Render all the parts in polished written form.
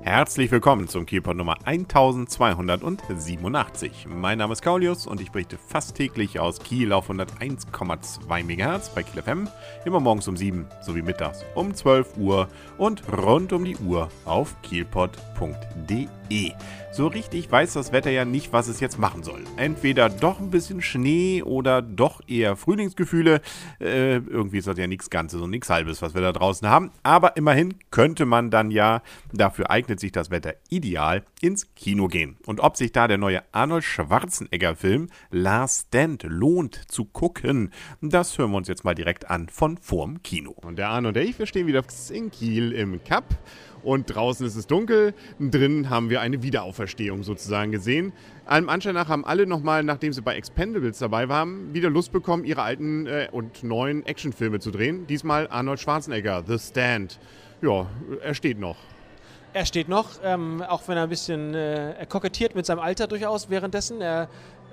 Herzlich willkommen zum Kielpot Nummer 1287. Mein Name ist Kaulius und ich berichte fast täglich aus Kiel auf 101,2 MHz bei Kiel FM, immer morgens um 7 sowie mittags um 12 Uhr und rund um die Uhr auf kielpot.de. So richtig weiß das Wetter ja nicht, was es jetzt machen soll. Entweder doch ein bisschen Schnee oder doch eher Frühlingsgefühle. Irgendwie ist das ja nichts Ganzes und nichts Halbes, was wir da draußen haben. Aber immerhin könnte man dann ja, dafür eignet sich das Wetter ideal, ins Kino gehen. Und ob sich da der neue Arnold Schwarzenegger-Film Last Stand lohnt zu gucken, das hören wir uns jetzt mal direkt an von vorm Kino. Und der Arno und ich, wir stehen wieder in Kiel im Cup. Und draußen ist es dunkel, drin haben wir eine Wiederauferstehung sozusagen gesehen. Allem Anschein nach haben alle nochmal, nachdem sie bei Expendables dabei waren, wieder Lust bekommen, ihre alten und neuen Actionfilme zu drehen. Diesmal Arnold Schwarzenegger, The Stand. Ja, er steht noch. Er steht noch, auch wenn er ein bisschen er kokettiert mit seinem Alter durchaus währenddessen. Er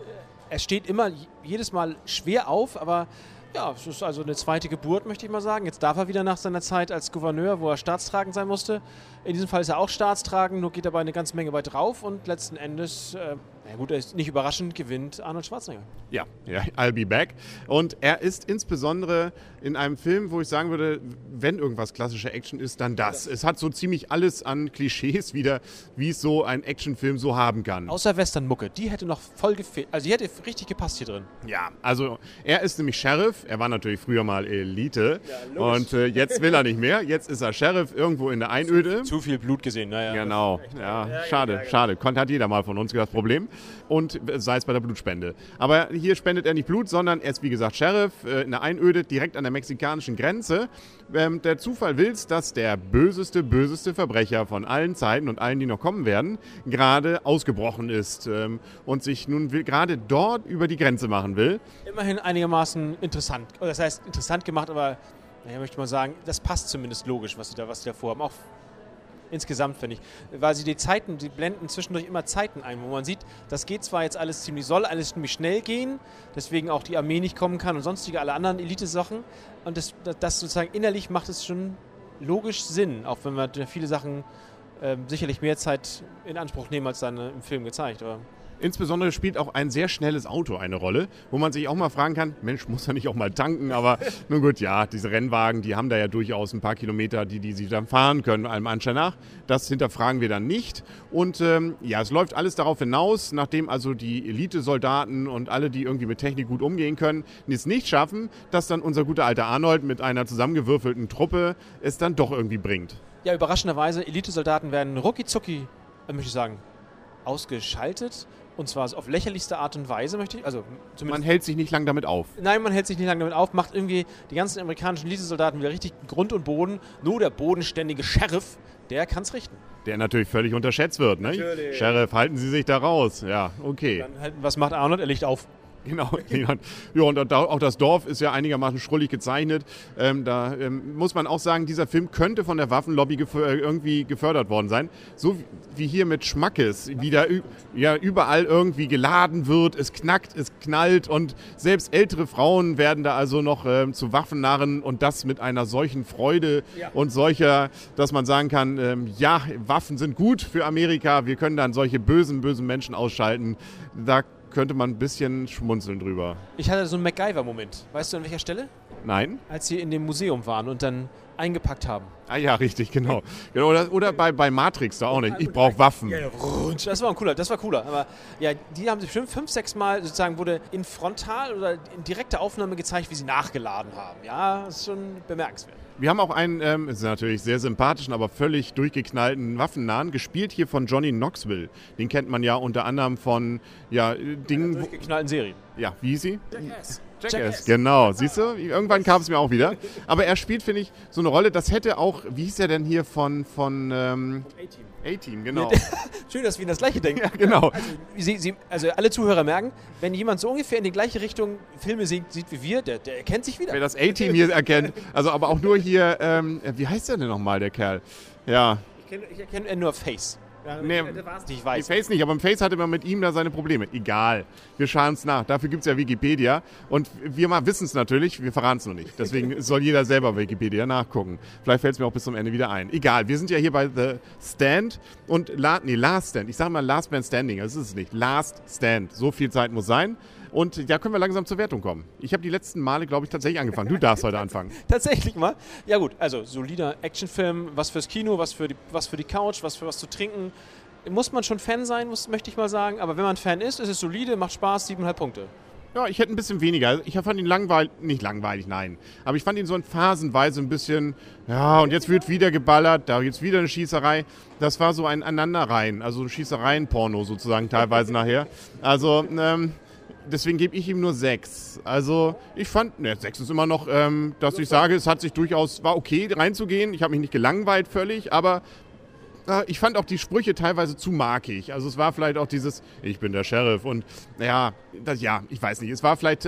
steht immer jedes Mal schwer auf, aber ja, es ist also eine zweite Geburt, möchte ich mal sagen. Jetzt darf er wieder nach seiner Zeit als Gouverneur, wo er staatstragend sein musste. In diesem Fall ist er auch staatstragend, nur geht dabei eine ganze Menge weit drauf und letzten Endes, er ist nicht überraschend, gewinnt Arnold Schwarzenegger. Ja, I'll be back. Und er ist insbesondere in einem Film, wo ich sagen würde, wenn irgendwas klassische Action ist, dann das. Ja. Es hat so ziemlich alles an Klischees wieder, wie es so ein Actionfilm so haben kann. Außer Westernmucke, die hätte noch voll gefehlt. Also die hätte richtig gepasst hier drin. Ja, also er ist nämlich Sheriff. Er war natürlich früher mal Elite. Ja, und jetzt will er nicht mehr. Jetzt ist er Sheriff irgendwo in der Einöde. Zu viel Blut gesehen, naja. Genau, ja, schade. Hat jeder mal von uns das Problem. Und sei es bei der Blutspende. Aber hier spendet er nicht Blut, sondern er ist, wie gesagt, Sheriff in der Einöde, direkt an der mexikanischen Grenze. Der Zufall will es, dass der böseste Verbrecher von allen Zeiten und allen, die noch kommen werden, gerade ausgebrochen ist und sich nun gerade dort über die Grenze machen will. Immerhin einigermaßen interessant. Das heißt, interessant gemacht, aber ich möchte mal sagen, das passt zumindest logisch, was sie da vorhaben. Auch insgesamt, finde ich. Weil sie die blenden zwischendurch immer Zeiten ein, wo man sieht, das geht zwar jetzt soll alles ziemlich schnell gehen, deswegen auch die Armee nicht kommen kann und sonstige alle anderen Elite-Sachen. Und das sozusagen innerlich macht es schon logisch Sinn, auch wenn wir viele Sachen sicherlich mehr Zeit in Anspruch nehmen, als dann im Film gezeigt. Aber insbesondere spielt auch ein sehr schnelles Auto eine Rolle, wo man sich auch mal fragen kann, Mensch, muss er nicht auch mal tanken? Aber nun gut, ja, diese Rennwagen, die haben da ja durchaus ein paar Kilometer, die sie dann fahren können, allem Anschein nach. Das hinterfragen wir dann nicht. Und es läuft alles darauf hinaus, nachdem also die Elite-Soldaten und alle, die irgendwie mit Technik gut umgehen können, es nicht schaffen, dass dann unser guter alter Arnold mit einer zusammengewürfelten Truppe es dann doch irgendwie bringt. Ja, überraschenderweise, Elite-Soldaten werden rucki-zucki, möchte ich sagen, ausgeschaltet. Und zwar auf lächerlichste Art und Weise, möchte ich. Also man hält sich nicht lang damit auf. Nein, man hält sich nicht lang damit auf, macht irgendwie die ganzen amerikanischen Elite-Soldaten wieder richtig Grund und Boden. Nur der bodenständige Sheriff, der kann's richten. Der natürlich völlig unterschätzt wird, ne? Natürlich. Sheriff, halten Sie sich da raus. Ja, okay. Dann was macht Arnold? Er legt auf. Genau. Ja, und auch das Dorf ist ja einigermaßen schrullig gezeichnet. Da muss man auch sagen, dieser Film könnte von der Waffenlobby irgendwie gefördert worden sein. So wie hier mit Schmackes, wie da überall irgendwie geladen wird, es knackt, es knallt und selbst ältere Frauen werden da also noch zu Waffennarren und das mit einer solchen Freude und solcher, dass man sagen kann, Waffen sind gut für Amerika, wir können dann solche bösen Menschen ausschalten. Da könnte man ein bisschen schmunzeln drüber. Ich hatte so einen MacGyver-Moment. Weißt du, an welcher Stelle? Nein. Als sie in dem Museum waren und dann eingepackt haben. Ah ja, richtig, genau. Oder bei Matrix da auch nicht. Ich brauche Waffen. Ja, das war cooler. Aber ja, die haben sich bestimmt 5-6 Mal sozusagen wurde in Frontal oder in direkter Aufnahme gezeigt, wie sie nachgeladen haben. Ja, das ist schon bemerkenswert. Wir haben auch einen, ist natürlich sehr sympathischen, aber völlig durchgeknallten Waffennahen, gespielt hier von Johnny Knoxville. Den kennt man ja unter anderem von Dingen. Durchgeknallten Serien. Ja, wie hieß sie? Jackass. Genau, siehst du? Irgendwann kam es mir auch wieder. Aber er spielt, finde ich, so eine Rolle, das hätte auch, wie hieß er denn hier von A-Team, genau. Schön, dass wir in das Gleiche denken. Ja, genau. Also alle Zuhörer merken, wenn jemand so ungefähr in die gleiche Richtung Filme sieht wie wir, der erkennt sich wieder. Wer das A-Team hier erkennt, also aber auch nur hier, wie heißt der denn nochmal, der Kerl? Ja. Ich erkenne nur Face. Nee, Ich weiß. Face nicht, aber im Face hatte man mit ihm da seine Probleme. Egal, wir schauen es nach. Dafür gibt es ja Wikipedia. Und wir mal wissen es natürlich, wir verraten es noch nicht. Deswegen soll jeder selber Wikipedia nachgucken. Vielleicht fällt es mir auch bis zum Ende wieder ein. Egal, wir sind ja hier bei The Stand und Last Stand. Ich sage mal Last Man Standing, das ist es nicht. Last Stand. So viel Zeit muss sein. Und da können wir langsam zur Wertung kommen. Ich habe die letzten Male, glaube ich, tatsächlich angefangen. Du darfst heute anfangen. Tatsächlich mal. Ja gut, also solider Actionfilm, was fürs Kino, was für die Couch, was für was zu trinken. Muss man schon Fan sein, möchte ich mal sagen. Aber wenn man Fan ist es solide, macht Spaß, 7,5 Punkte. Ja, ich hätte ein bisschen weniger. Ich fand ihn nicht langweilig, nein. Aber ich fand ihn so in phasenweise ein bisschen, ja, und jetzt wird wieder geballert, da gibt's wieder eine Schießerei. Das war so ein Aneinanderreihen, also ein Schießereien-Porno sozusagen teilweise nachher. Also, deswegen gebe ich ihm nur 6. Also ich fand, 6 ist immer noch, dass ich sage, es hat sich durchaus, war okay reinzugehen. Ich habe mich nicht gelangweilt völlig, aber ich fand auch die Sprüche teilweise zu markig. Also es war vielleicht auch dieses, ich bin der Sheriff und ich weiß nicht. Es war vielleicht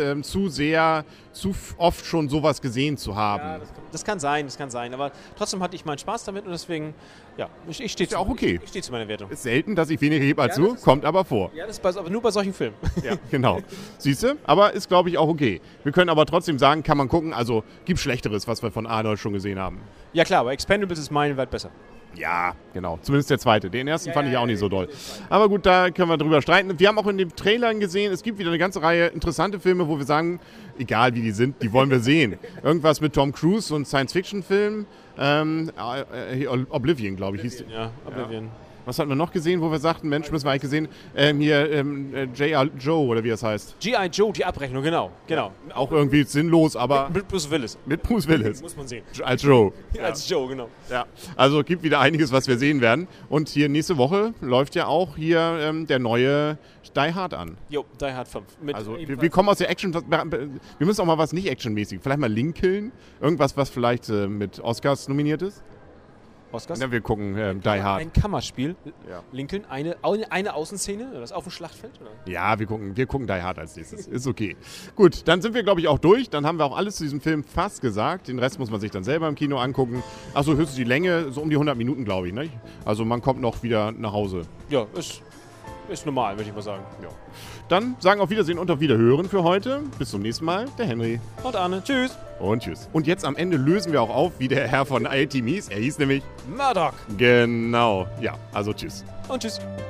zu oft schon sowas gesehen zu haben. Ja, das kann sein. Aber trotzdem hatte ich meinen Spaß damit und deswegen, ja, ich stehe auch okay. Ich stehe zu meiner Wertung. Ist selten, dass ich weniger gebe als du, kommt aber vor. Ja, das ist aber nur bei solchen Filmen. Ja, genau. Siehst du? Aber ist, glaube ich, auch okay. Wir können aber trotzdem sagen, kann man gucken, also gibt Schlechteres, was wir von Arnold schon gesehen haben. Ja klar, aber Expendables ist meilenweit besser. Ja, genau. Zumindest der zweite. Den ersten fand ich auch nicht so doll. Aber gut, da können wir drüber streiten. Wir haben auch in den Trailern gesehen, es gibt wieder eine ganze Reihe interessante Filme, wo wir sagen, egal wie die sind, die wollen wir sehen. Irgendwas mit Tom Cruise, so ein Science-Fiction-Film. Oblivion, glaube ich, hieß der. Ja, Oblivion. Ja. Was hatten wir noch gesehen, wo wir sagten, Mensch, müssen wir eigentlich gesehen, J.R. Joe oder wie das heißt. G.I. Joe, die Abrechnung, genau. Auch irgendwie sinnlos, aber... Mit Bruce Willis. Mit Bruce Willis. Muss man sehen. Als Joe. Ja. Als Joe, genau. Ja, also gibt wieder einiges, was wir sehen werden. Und hier nächste Woche läuft ja auch hier der neue Die Hard an. Jo, Die Hard 5. Also wir kommen aus der Action... Wir müssen auch mal was nicht actionmäßig. Vielleicht mal Lincoln. Irgendwas, was vielleicht mit Oscars nominiert ist. Oscars? Ja, wir gucken Die Hard. Ein Kammerspiel. Ja. Lincoln, eine Außenszene, das auf dem Schlachtfeld? Oder? Ja, wir gucken Die Hard als nächstes. Ist okay. Gut, dann sind wir, glaube ich, auch durch. Dann haben wir auch alles zu diesem Film fast gesagt. Den Rest muss man sich dann selber im Kino angucken. Achso, höchstens die Länge, so um die 100 Minuten, glaube ich. Ne? Also man kommt noch wieder nach Hause. Ja, ist normal, würde ich mal sagen. Ja. Dann sagen auf Wiedersehen und auf Wiederhören für heute. Bis zum nächsten Mal, der Henry. Und Arne. Tschüss. Und tschüss. Und jetzt am Ende lösen wir auch auf, wie der Herr von A-Team hieß. Er hieß nämlich... Murdoch. Genau. Ja, also tschüss. Und tschüss.